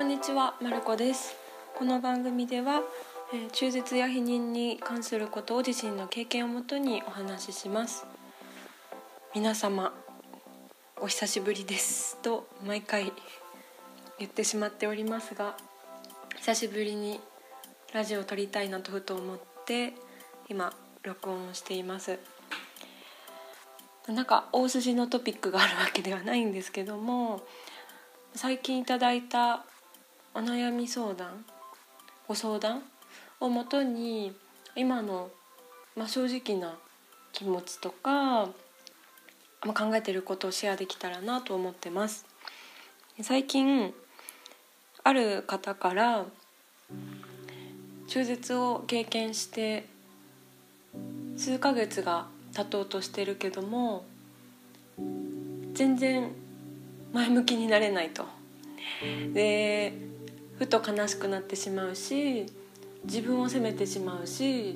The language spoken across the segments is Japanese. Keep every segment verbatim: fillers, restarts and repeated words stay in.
んにちは、まるこです。この番組では、えー、中絶や避妊に関することを自身の経験をもとにお話しします。皆様お久しぶりですと毎回言ってしまっておりますが、久しぶりにラジオを撮りたいなとふと思って今録音をしています。なんか大筋のトピックがあるわけではないんですけども、最近いただいたお悩み相談ご相談をもとに今の、まあ、正直な気持ちとか、まあ、考えていることをシェアできたらなと思ってます。最近ある方から中絶を経験して数ヶ月が経とうとしてるけども全然前向きになれないと。でふと悲しくなってしまうし、自分を責めてしまうし、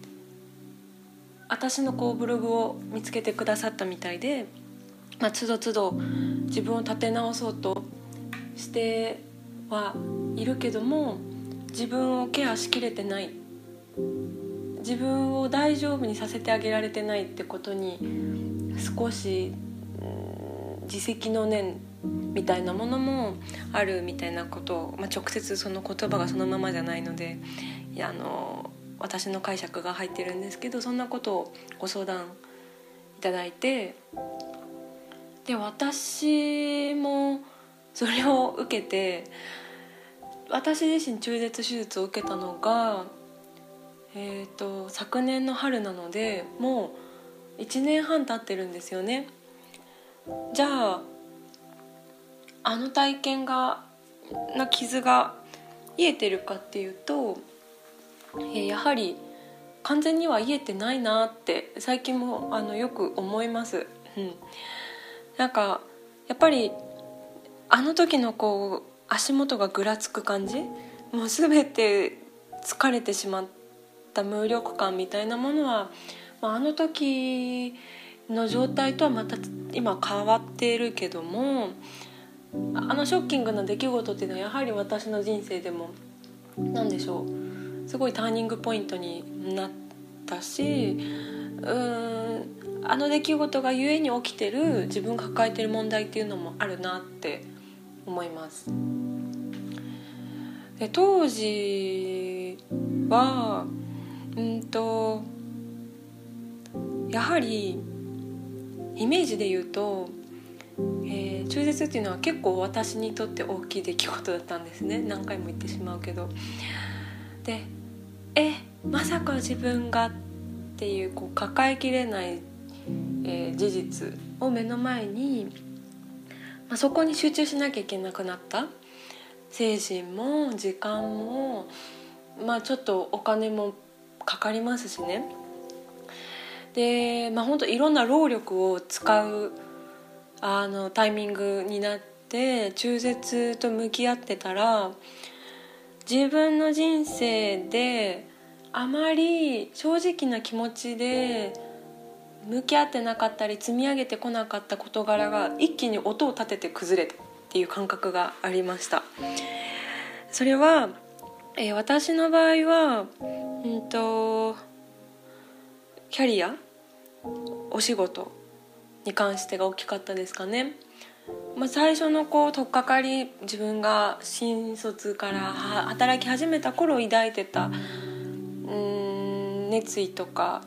私のこうブログを見つけてくださったみたいで、まあ、つどつど自分を立て直そうとしてはいるけども、自分をケアしきれてない、自分を大丈夫にさせてあげられてないってことに少し、うん、自責の念みたいなものもあるみたいなことを、まあ、直接その言葉がそのままじゃないので、いやあの私の解釈が入ってるんですけど、そんなことをご相談いただいて、で私もそれを受けて、私自身中絶手術を受けたのが、えーと、昨年の春なのでもういちねんはん経ってるんですよね。じゃああの体験がな傷が癒えてるかっていうと、えー、やはり完全には癒えてないなって最近もあのよく思います、うん、なんかやっぱりあの時のこう足元がぐらつく感じ、もう全て疲れてしまった無力感みたいなものは、まあ、あの時の状態とはまた今変わっているけども、あのショッキングな出来事っていうのはやはり私の人生でも何でしょう、すごいターニングポイントになったし、うーんあの出来事がゆえに起きてる自分が抱えてる問題っていうのもあるなって思います。で当時はうんとやはりイメージで言うと、えー、中絶っていうのは結構私にとって大きい出来事だったんですね。何回も言ってしまうけど、でえまさか自分がっていう、こう抱えきれない、えー、事実を目の前に、まあ、そこに集中しなきゃいけなくなった。精神も時間も、まあ、ちょっとお金もかかりますしね。で、まあ、本当いろんな労力を使うあのタイミングになって中絶と向き合ってたら、自分の人生であまり正直な気持ちで向き合ってなかったり積み上げてこなかった事柄が一気に音を立てて崩れたっていう感覚がありました。それは、えー、私の場合は、うんと、キャリアお仕事に関してが大きかったですかね。まあ、最初のこう取っかかり、自分が新卒から働き始めた頃抱いてたうーん熱意とか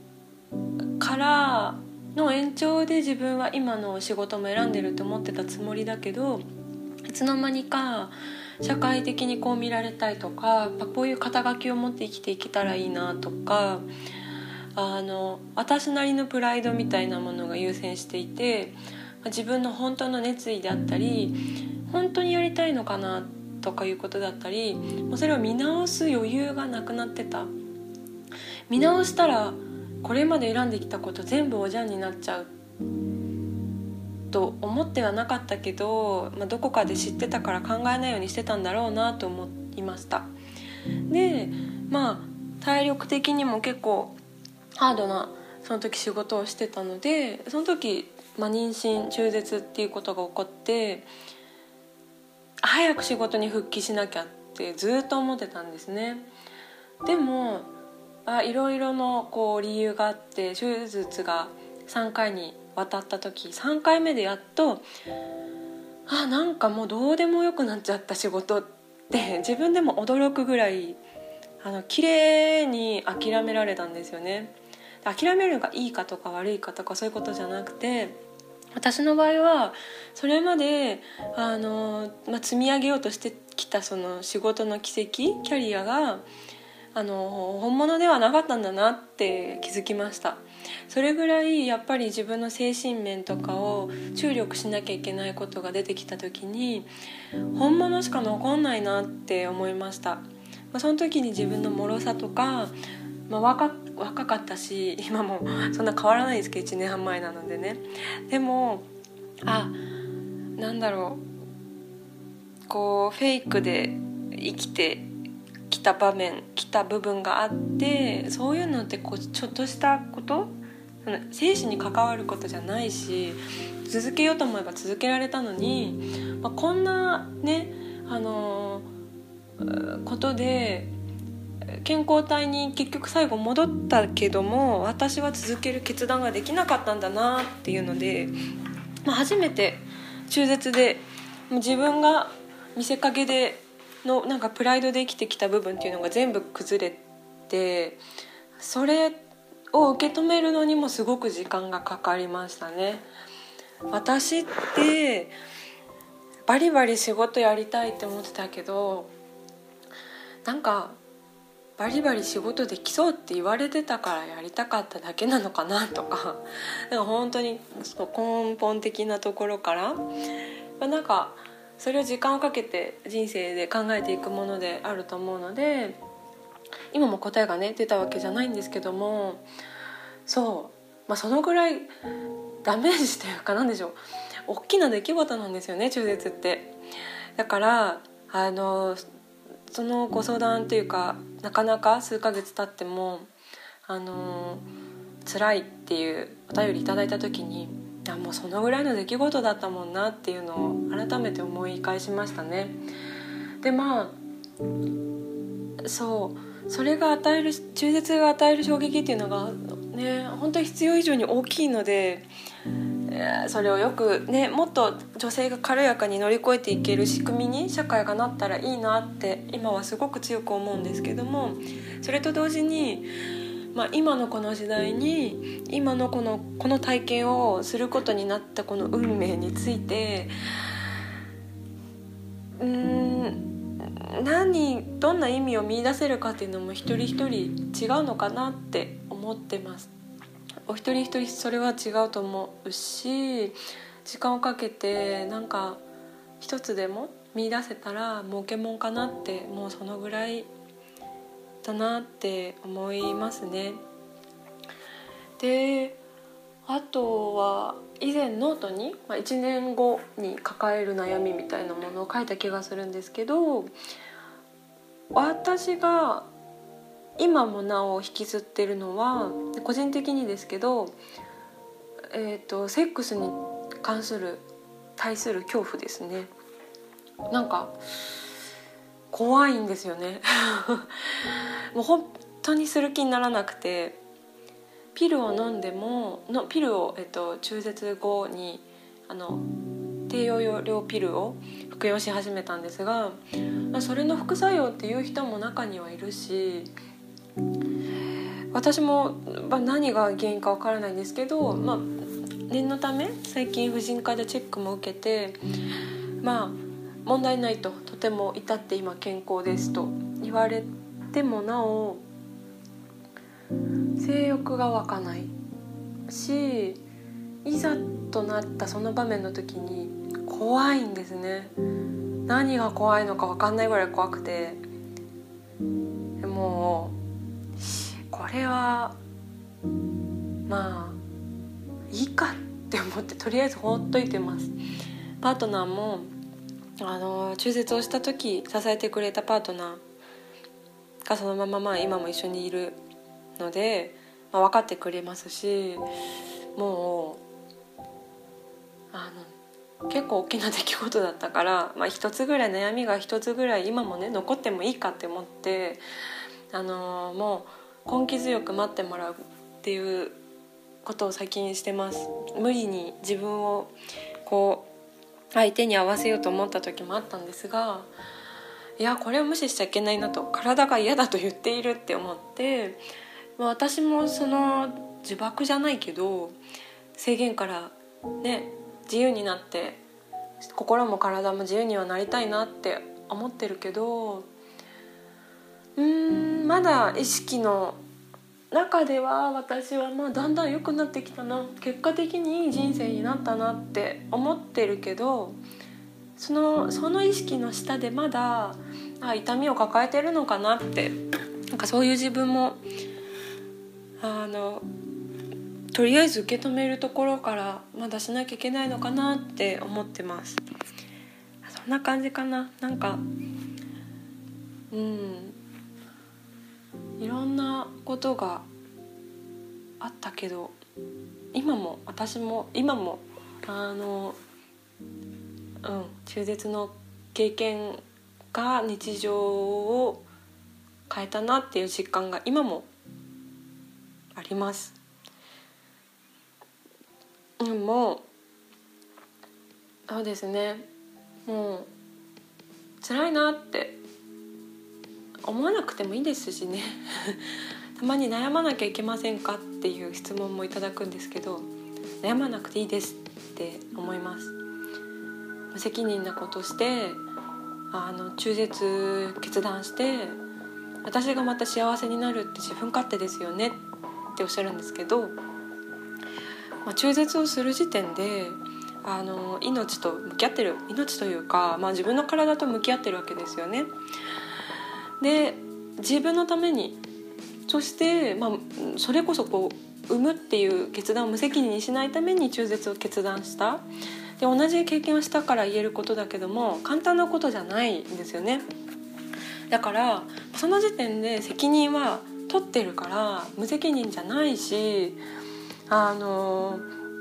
からの延長で自分は今の仕事も選んでると思ってたつもりだけど、いつの間にか社会的にこう見られたいとか、こういう肩書きを持って生きていけたらいいなとか、あの私なりのプライドみたいなものが優先していて、自分の本当の熱意であったり本当にやりたいのかなとかいうことだったり、もうそれを見直す余裕がなくなってた。見直したらこれまで選んできたこと全部おじゃんになっちゃうと思ってはなかったけど、まあ、どこかで知ってたから考えないようにしてたんだろうなと思いました。でまあ体力的にも結構ハードなその時仕事をしてたので、その時、まあ、妊娠中絶っていうことが起こって、あ早く仕事に復帰しなきゃってずっと思ってたんですね。でもあいろいろのこう理由があって手術がさんかいにわたった時、さんかいめでやっとあなんかもうどうでもよくなっちゃった仕事って自分でも驚くぐらいあの綺麗に諦められたんですよね。諦めるのがいいかとか悪いかとかそういうことじゃなくて、私の場合はそれまであの、まあ、積み上げようとしてきたその仕事の軌跡キャリアがあの本物ではなかったんだなって気づきました。それぐらいやっぱり自分の精神面とかを注力しなきゃいけないことが出てきた時に本物しか残んないなって思いました。まあ、その時に自分の脆さとか、まあ、若, 若かったし今もそんな変わらないですけどいちねんはんまえなのでね。でもあなんだろうこうフェイクで生きてきた場面きた部分があって、そういうのってこうちょっとしたこと生死に関わることじゃないし続けようと思えば続けられたのに、まあ、こんなねあのことで健康体に結局最後戻ったけども私は続ける決断ができなかったんだなっていうので、まあ、初めて中絶で自分が見せかけでのなんかプライドで生きてきた部分っていうのが全部崩れて、それを受け止めるのにもすごく時間がかかりましたね。私ってバリバリ仕事やりたいって思ってたけど、なんかバリバリ仕事できそうって言われてたからやりたかっただけなのかなとか、なんか本当に根本的なところからなんかそれを時間をかけて人生で考えていくものであると思うので、今も答えがね出たわけじゃないんですけども、そう、まあ、そのぐらいダメージというかなんでしょう大きな出来事なんですよね中絶って。だからあのそのご相談というかなかなか数ヶ月経ってもあの辛いっていうお便りいただいた時にあもうそのぐらいの出来事だったもんなっていうのを改めて思い返しましたね。でまあそうそれが与える中絶が与える衝撃っていうのがね本当に必要以上に大きいので、それをよくねもっと女性が軽やかに乗り越えていける仕組みに社会がなったらいいなって今はすごく強く思うんですけども、それと同時に、まあ、今のこの時代に今のこのこの体験をすることになったこの運命についてうーん何どんな意味を見出せるかっていうのも一人一人違うのかなって思ってます。お一人一人それは違うと思うし、時間をかけてなんか一つでも見出せたら儲けもんかなって、もうそのぐらいだなって思いますね。であとは以前ノートに、まあ、いちねんごに抱える悩みみたいなものを書いた気がするんですけど、私が今もなお引きずってるのは個人的にですけど、えーと、セックスに関する対する恐怖ですね。なんか怖いんですよねもう本当にする気にならなくて、ピルを飲んでものピルを、えっと、中絶後にあの低用量ピルを服用し始めたんですが、それの副作用っていう人も中にはいるし、私も、まあ、何が原因かわからないんですけど、まあ、念のため最近婦人科でチェックも受けて、まあ問題ないと、とても至って今健康ですと言われてもなお性欲が湧かないし、いざとなったその場面の時に怖いんですね。何が怖いのか分かんないぐらい怖くて、もうこれはまあいいかって思ってとりあえず放っといてます。パートナーもあの中絶をした時支えてくれたパートナーがそのまま、まあ、今も一緒にいるので、まあ、分かってくれますし、もうあの結構大きな出来事だったから、まあ、一つぐらい悩みが一つぐらい今もね残ってもいいかって思って、あのー、もう根気強く待ってもらうっていうことを先にしてます。無理に自分をこう相手に合わせようと思った時もあったんですが、いやこれを無視しちゃいけないなと、体が嫌だと言っているって思って、まあ、私もその呪縛じゃないけど制限からね自由になって心も体も自由にはなりたいなって思ってるけど、うーんまだ意識の中では私はまあだんだん良くなってきたな、結果的にいい人生になったなって思ってるけど、その、その意識の下でまだあ痛みを抱えてるのかなって、なんかそういう自分もあのとりあえず受け止めるところからまだしなきゃいけないのかなって思ってます。そんな感じかな。なんかうんいろんなことがあったけど、今も私も今もあのうん中絶の経験が日常を変えたなっていう実感が今もあります。でもそうですね、もう辛いなって思わなくてもいいですしねたまに悩まなきゃいけませんかっていう質問もいただくんですけど、悩まなくていいですって思います。無責任なことしてあの中絶決断して私がまた幸せになるって自分勝手ですよねっておっしゃるんですけど、まあ、中絶をする時点であの命と向き合ってる、命というか、まあ、自分の体と向き合ってるわけですよね。で自分のために、そして、まあ、それこそこう産むっていう決断を無責任にしないために中絶を決断した。で同じ経験をしたから言えることだけども簡単なことじゃないんですよね。だからその時点で責任は取ってるから無責任じゃないし、あの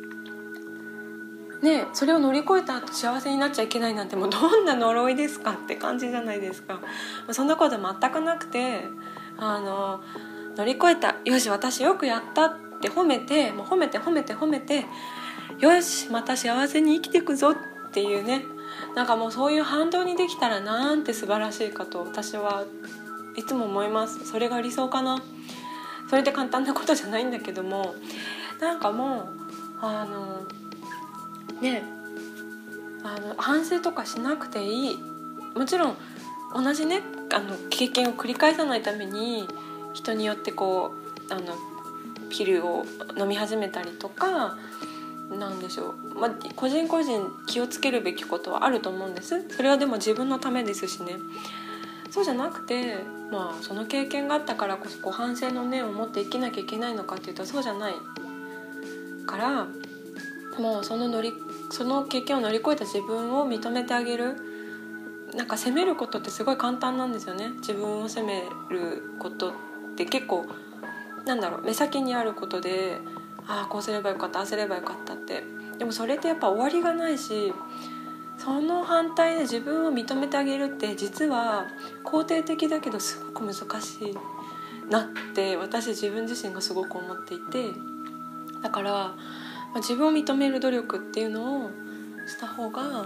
ねそれを乗り越えた後幸せになっちゃいけないなんてもうどんな呪いですかって感じじゃないですか。そんなこと全くなくて、あの乗り越えた、よし私よくやったって褒めて、もう褒めて褒めて褒めて、よしまた幸せに生きていくぞっていうね、なんかもうそういう反動にできたらなんて素晴らしいかと私はいつも思います。それが理想かな。それって簡単なことじゃないんだけども、なんかもうあのねあの反省とかしなくていい。もちろん同じねあの経験を繰り返さないために人によってこうあのピルを飲み始めたりとかなんでしょう、まあ、個人個人気をつけるべきことはあると思うんです。それはでも自分のためですしね。そうじゃなくて、まあ、その経験があったからこそこう反省の念を持って生きなきゃいけないのかっていうとそうじゃないから、もうその乗りその経験を乗り越えた自分を認めてあげる。なんか責めることってすごい簡単なんですよね。自分を責めることって結構なんだろう目先にあることで、ああこうすればよかったああすればよかったって、でもそれってやっぱ終わりがないし、その反対で自分を認めてあげるって実は肯定的だけどすごく難しいなって私自分自身がすごく思っていて、だから、まあ、自分を認める努力っていうのをした方が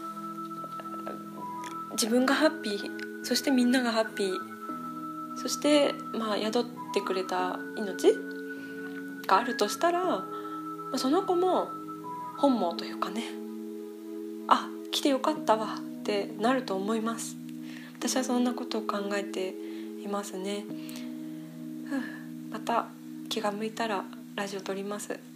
自分がハッピー、そしてみんながハッピー、そして、まあ、宿ってくれた命があるとしたら、まあ、その子も本望というかね、あ来てよかったわってなると思います。私はそんなことを考えていますね。また気が向いたらラジオ撮ります。